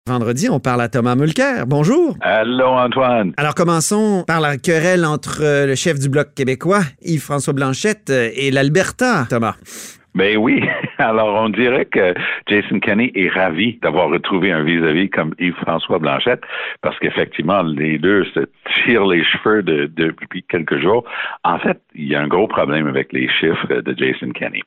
Vendredi, on parle à Thomas Mulcair. Bonjour. Allô, Antoine. Alors, commençons par la querelle entre le chef du Bloc québécois, Yves-François Blanchet, et l'Alberta, Thomas. Ben oui. Alors, on dirait que Jason Kenney est ravi d'avoir retrouvé un vis-à-vis comme Yves-François Blanchet, parce qu'effectivement, les deux se tirent les cheveux depuis quelques jours. En fait, il y a un gros problème avec les chiffres de Jason Kenney.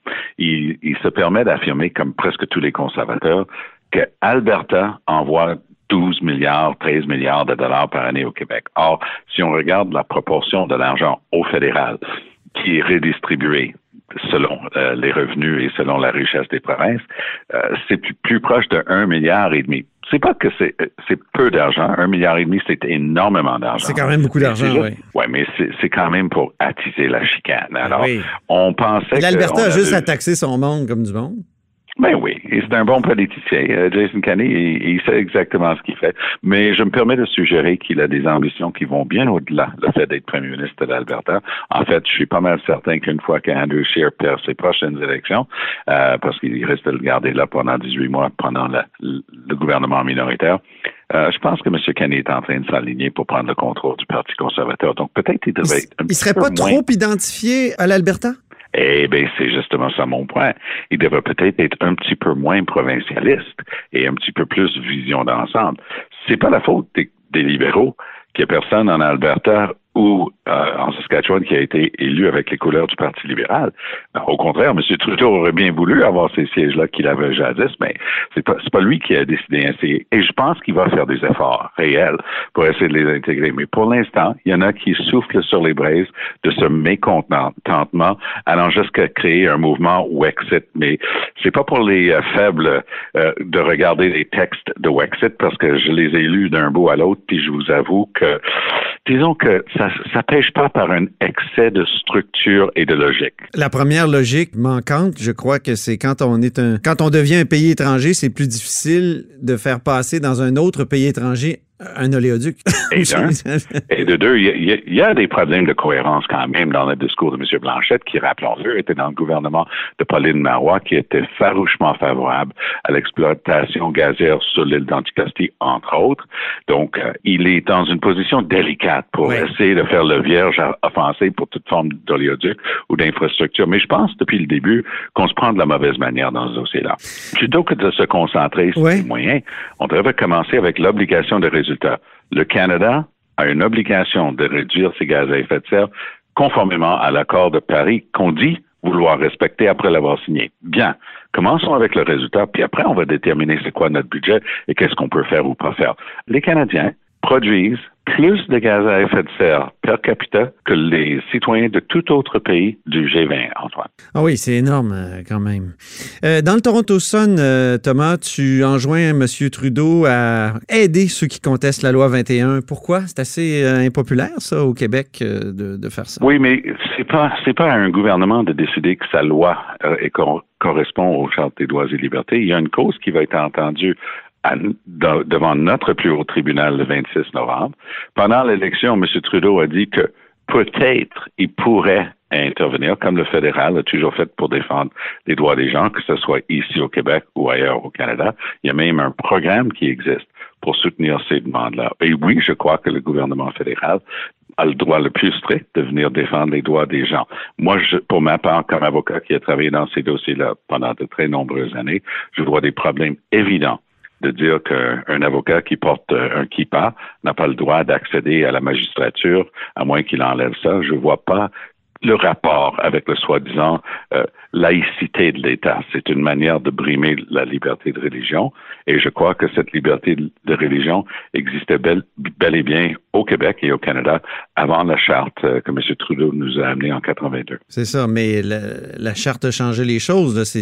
Il se permet d'affirmer, comme presque tous les conservateurs, que Alberta envoie 12 milliards, 13 milliards de dollars par année au Québec. Or, si on regarde la proportion de l'argent au fédéral qui est redistribué selon les revenus et selon la richesse des provinces, c'est plus proche de 1,5 milliard. C'est pas que c'est peu d'argent. 1,5 milliard, c'est énormément d'argent. C'est quand même beaucoup d'argent, oui. Oui, mais c'est quand même pour attiser la chicane. Alors, oui. On pensait l'Alberta a juste à taxer son monde comme du monde. Ben oui, et c'est un bon politicien. Jason Kenney, il sait exactement ce qu'il fait. Mais je me permets de suggérer qu'il a des ambitions qui vont bien au-delà du fait d'être premier ministre de l'Alberta. En fait, je suis pas mal certain qu'une fois qu'Andrew Scheer perd ses prochaines élections, parce qu'il risque de le garder là pendant 18 mois, pendant le gouvernement minoritaire, je pense que M. Kenney est en train de s'aligner pour prendre le contrôle du Parti conservateur. Donc peut-être qu'il devrait être un petit peu moins... Il serait pas trop identifié à l'Alberta? Eh bien, c'est justement ça mon point. Il devrait peut-être être un petit peu moins provincialiste et un petit peu plus vision d'ensemble. C'est pas la faute des libéraux qu'il n'y a personne en Alberta ou en Saskatchewan qui a été élu avec les couleurs du Parti libéral. Au contraire, M. Trudeau aurait bien voulu avoir ces sièges-là qu'il avait jadis, mais c'est pas lui qui a décidé ainsi. Et je pense qu'il va faire des efforts réels pour essayer de les intégrer. Mais pour l'instant, il y en a qui soufflent sur les braises de ce mécontentement, allant jusqu'à créer un mouvement Wexit. Mais c'est pas pour les faibles de regarder les textes de Wexit, parce que je les ai lus d'un bout à l'autre, puis je vous avoue que, disons que ça pêche pas par un excès de structure et de logique. La première logique manquante, je crois que c'est quand on devient un pays étranger, c'est plus difficile de faire passer dans un autre pays étranger un oléoduc. Et de deux, il y a des problèmes de cohérence quand même dans le discours de M. Blanchet, qui, rappelons-le, était dans le gouvernement de Pauline Marois, qui était farouchement favorable à l'exploitation gazière sur l'île d'Anticosti, entre autres. Donc, il est dans une position délicate pour essayer de faire le vierge offensé pour toute forme d'oléoduc ou d'infrastructure. Mais je pense, depuis le début, qu'on se prend de la mauvaise manière dans ce dossier-là. Plutôt que de se concentrer sur les moyens, on devrait commencer avec l'obligation de résultat. Le Canada a une obligation de réduire ses gaz à effet de serre conformément à l'accord de Paris qu'on dit vouloir respecter après l'avoir signé. Bien, commençons avec le résultat, puis après on va déterminer c'est quoi notre budget et qu'est-ce qu'on peut faire ou pas faire. Les Canadiens produisent plus de gaz à effet de serre per capita que les citoyens de tout autre pays du G20, Antoine. Ah oui, c'est énorme quand même. Dans le Toronto Sun, Thomas, tu enjoins M. Trudeau à aider ceux qui contestent la loi 21. Pourquoi? C'est assez impopulaire, ça, au Québec, de faire ça. Oui, mais c'est pas à un gouvernement de décider que sa loi correspond aux chartes des droits et libertés. Il y a une cause qui va être entendue devant notre plus haut tribunal le 26 novembre. Pendant l'élection, M. Trudeau a dit que peut-être il pourrait intervenir, comme le fédéral a toujours fait pour défendre les droits des gens, que ce soit ici au Québec ou ailleurs au Canada. Il y a même un programme qui existe pour soutenir ces demandes-là. Et oui, je crois que le gouvernement fédéral a le droit le plus strict de venir défendre les droits des gens. Moi, pour ma part, comme avocat qui a travaillé dans ces dossiers-là pendant de très nombreuses années, je vois des problèmes évidents de dire qu'un avocat qui porte un kippa n'a pas le droit d'accéder à la magistrature, à moins qu'il enlève ça. Je vois pas le rapport avec le soi-disant laïcité de l'État. C'est une manière de brimer la liberté de religion, et je crois que cette liberté de religion existait bel et bien au Québec et au Canada avant la charte que M. Trudeau nous a amenée en 82. C'est ça, mais la charte a changé les choses. Là.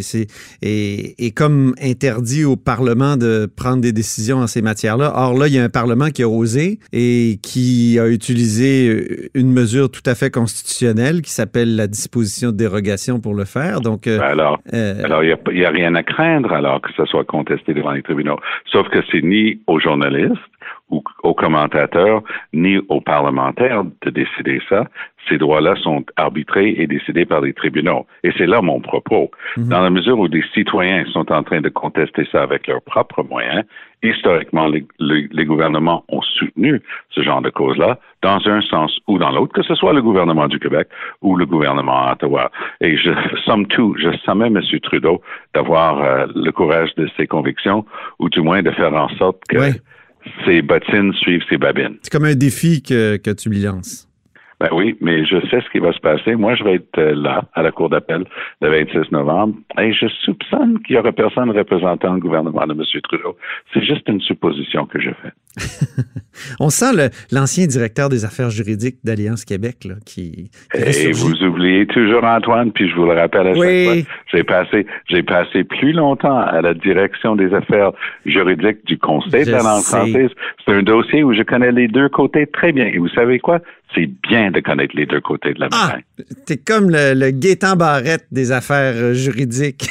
Et comme interdit au Parlement de prendre des décisions en ces matières-là. Or là, il y a un Parlement qui a osé et qui a utilisé une mesure tout à fait constitutionnelle qui s'appelle la disposition de dérogation pour le faire. Donc, alors, il n'y a rien à craindre alors que ça soit contesté devant les tribunaux. Sauf que c'est ni aux journalistes ou aux commentateurs, ni aux parlementaires de décider ça. Ces droits-là sont arbitrés et décidés par les tribunaux. Et c'est là mon propos. Dans la mesure où des citoyens sont en train de contester ça avec leurs propres moyens, historiquement, les gouvernements ont soutenu ce genre de cause-là, dans un sens ou dans l'autre, que ce soit le gouvernement du Québec ou le gouvernement à Ottawa. Et somme toute, je sommets M. Trudeau d'avoir le courage de ses convictions, ou du moins de faire en sorte que ses bottines suivent ses babines. C'est comme un défi que tu lui lances. Ben oui, mais je sais ce qui va se passer. Moi, je vais être là, à la Cour d'appel, le 26 novembre, et je soupçonne qu'il n'y aura personne représentant le gouvernement de M. Trudeau. C'est juste une supposition que je fais. On sent l'ancien directeur des affaires juridiques d'Alliance Québec, là, qui et vous oubliez toujours Antoine, puis je vous le rappelle à chaque fois. J'ai passé plus longtemps à la direction des affaires juridiques du Conseil de la langue française. C'est un dossier où je connais les deux côtés très bien. Et vous savez quoi? C'est bien de connaître les deux côtés de la bataille. T'es comme le Gaétan Barrette des affaires juridiques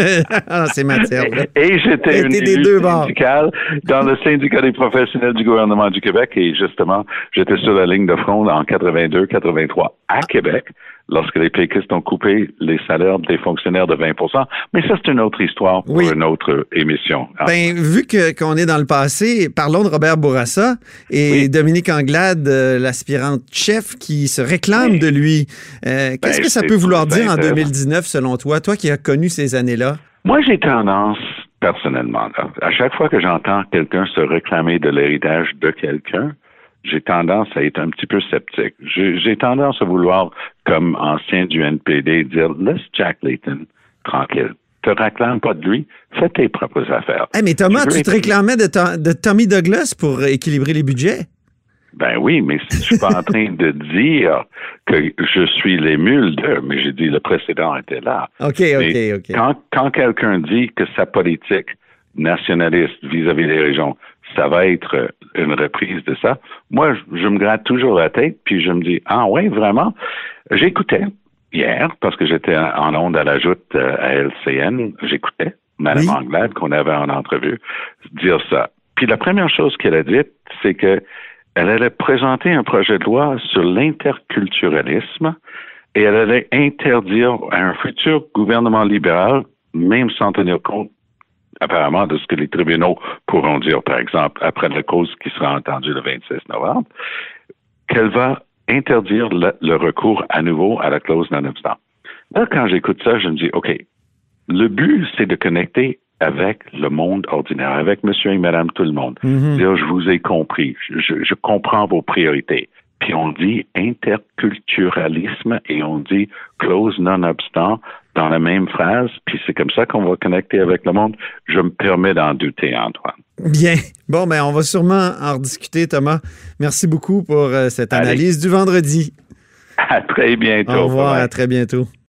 en ces matières-là. Et j'étais une élue syndicale dans le syndicat des professionnels du gouvernement du Québec, et justement, j'étais sur la ligne de front en 82-83 à Québec, lorsque les péquistes ont coupé les salaires des fonctionnaires de 20%. Mais ça, c'est une autre histoire pour une autre émission. Ben, vu qu'on est dans le passé, parlons de Robert Bourassa et Dominique Anglade, l'aspirante chef qui se réclame de lui. Qu'est-ce que ça peut vouloir dire en 2019, selon toi qui as connu ces années-là? Moi, j'ai tendance, personnellement, là, à chaque fois que j'entends quelqu'un se réclamer de l'héritage de quelqu'un, j'ai tendance à être un petit peu sceptique. J'ai tendance à vouloir, comme ancien du NPD, dire « Laisse Jack Layton tranquille. Te réclame pas de lui. Fais tes propres affaires. » Mais Thomas, tu te réclamais de Tommy Douglas pour équilibrer les budgets? Ben oui, mais je suis pas en train de dire que je suis l'émule de, mais j'ai dit le précédent était là. OK. Quand quelqu'un dit que sa politique nationaliste vis-à-vis des régions, ça va être une reprise de ça, moi, je me gratte toujours la tête, puis je me dis, ah ouais, vraiment? J'écoutais hier, parce que j'étais en onde à la joute à LCN, j'écoutais Mme Anglade, qu'on avait en entrevue, dire ça. Puis la première chose qu'elle a dite, c'est que elle allait présenter un projet de loi sur l'interculturalisme et elle allait interdire à un futur gouvernement libéral, même sans tenir compte apparemment de ce que les tribunaux pourront dire, par exemple, après la cause qui sera entendue le 26 novembre, qu'elle va interdire le recours à nouveau à la clause non-obstant. Là, quand j'écoute ça, je me dis, OK, le but, c'est de connecter avec le monde ordinaire, avec monsieur et madame tout le monde. Dire, je vous ai compris, je comprends vos priorités. Puis on dit interculturalisme et on dit clause non-obstant dans la même phrase, puis c'est comme ça qu'on va connecter avec le monde. Je me permets d'en douter, Antoine. Bien. Bon, on va sûrement en rediscuter, Thomas. Merci beaucoup pour cette analyse du vendredi. À très bientôt. Au revoir, à très bientôt.